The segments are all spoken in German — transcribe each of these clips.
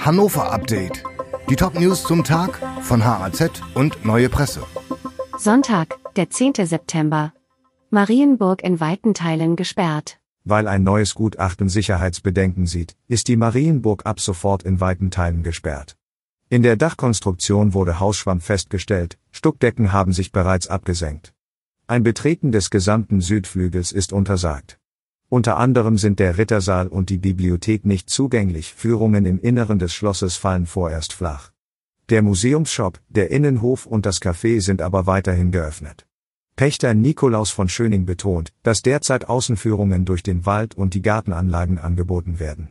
Hannover Update. Die Top-News zum Tag von HAZ und Neue Presse. Sonntag, der 10. September. Marienburg in weiten Teilen gesperrt. Weil ein neues Gutachten Sicherheitsbedenken sieht, ist die Marienburg ab sofort in weiten Teilen gesperrt. In der Dachkonstruktion wurde Hausschwamm festgestellt, Stuckdecken haben sich bereits abgesenkt. Ein Betreten des gesamten Südflügels ist untersagt. Unter anderem sind der Rittersaal und die Bibliothek nicht zugänglich, Führungen im Inneren des Schlosses fallen vorerst flach. Der Museumsshop, der Innenhof und das Café sind aber weiterhin geöffnet. Pächter Nikolaus von Schöning betont, dass derzeit Außenführungen durch den Wald und die Gartenanlagen angeboten werden.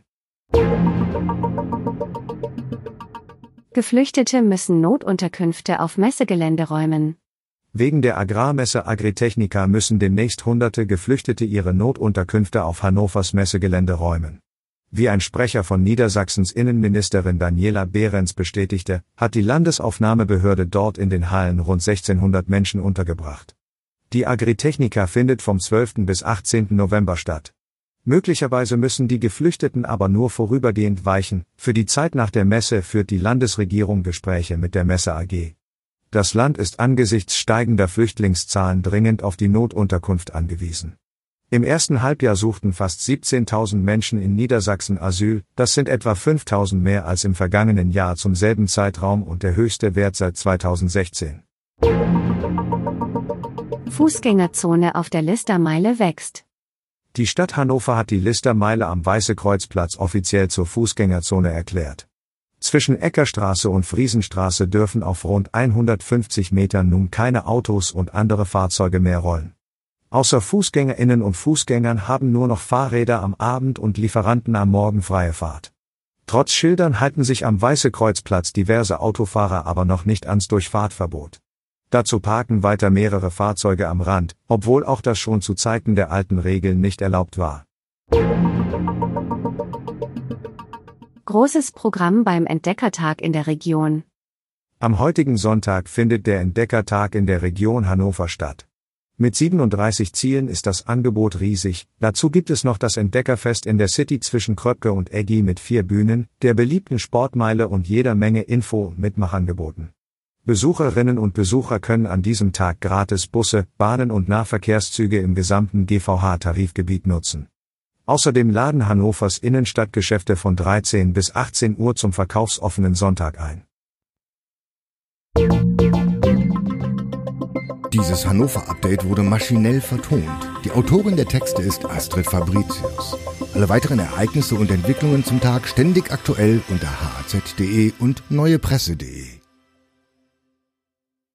Geflüchtete müssen Notunterkünfte auf Messegelände räumen. Wegen der Agrarmesse Agritechnica müssen demnächst hunderte Geflüchtete ihre Notunterkünfte auf Hannovers Messegelände räumen. Wie ein Sprecher von Niedersachsens Innenministerin Daniela Behrens bestätigte, hat die Landesaufnahmebehörde dort in den Hallen rund 1600 Menschen untergebracht. Die Agritechnica findet vom 12. bis 18. November statt. Möglicherweise müssen die Geflüchteten aber nur vorübergehend weichen. Für die Zeit nach der Messe führt die Landesregierung Gespräche mit der Messe AG. Das Land ist angesichts steigender Flüchtlingszahlen dringend auf die Notunterkunft angewiesen. Im ersten Halbjahr suchten fast 17.000 Menschen in Niedersachsen Asyl, das sind etwa 5.000 mehr als im vergangenen Jahr zum selben Zeitraum und der höchste Wert seit 2016. Fußgängerzone auf der Listermeile wächst. Die Stadt Hannover hat die Listermeile am Weiße-Kreuz-Platz offiziell zur Fußgängerzone erklärt. Zwischen Eckerstraße und Friesenstraße dürfen auf rund 150 Metern nun keine Autos und andere Fahrzeuge mehr rollen. Außer FußgängerInnen und Fußgängern haben nur noch Fahrräder am Abend und Lieferanten am Morgen freie Fahrt. Trotz Schildern halten sich am Weiße-Kreuz-Platz diverse Autofahrer aber noch nicht ans Durchfahrtverbot. Dazu parken weiter mehrere Fahrzeuge am Rand, obwohl auch das schon zu Zeiten der alten Regeln nicht erlaubt war. Großes Programm beim Entdeckertag in der Region. Am heutigen Sonntag findet der Entdeckertag in der Region Hannover statt. Mit 37 Zielen ist das Angebot riesig, dazu gibt es noch das Entdeckerfest in der City zwischen Kröpke und Eggi mit 4 Bühnen, der beliebten Sportmeile und jeder Menge Info- und Mitmachangeboten. Besucherinnen und Besucher können an diesem Tag gratis Busse, Bahnen und Nahverkehrszüge im gesamten GVH-Tarifgebiet nutzen. Außerdem laden Hannovers Innenstadtgeschäfte von 13 bis 18 Uhr zum verkaufsoffenen Sonntag ein. Dieses Hannover-Update wurde maschinell vertont. Die Autorin der Texte ist Astrid Fabricius. Alle weiteren Ereignisse und Entwicklungen zum Tag ständig aktuell unter haz.de und neuepresse.de.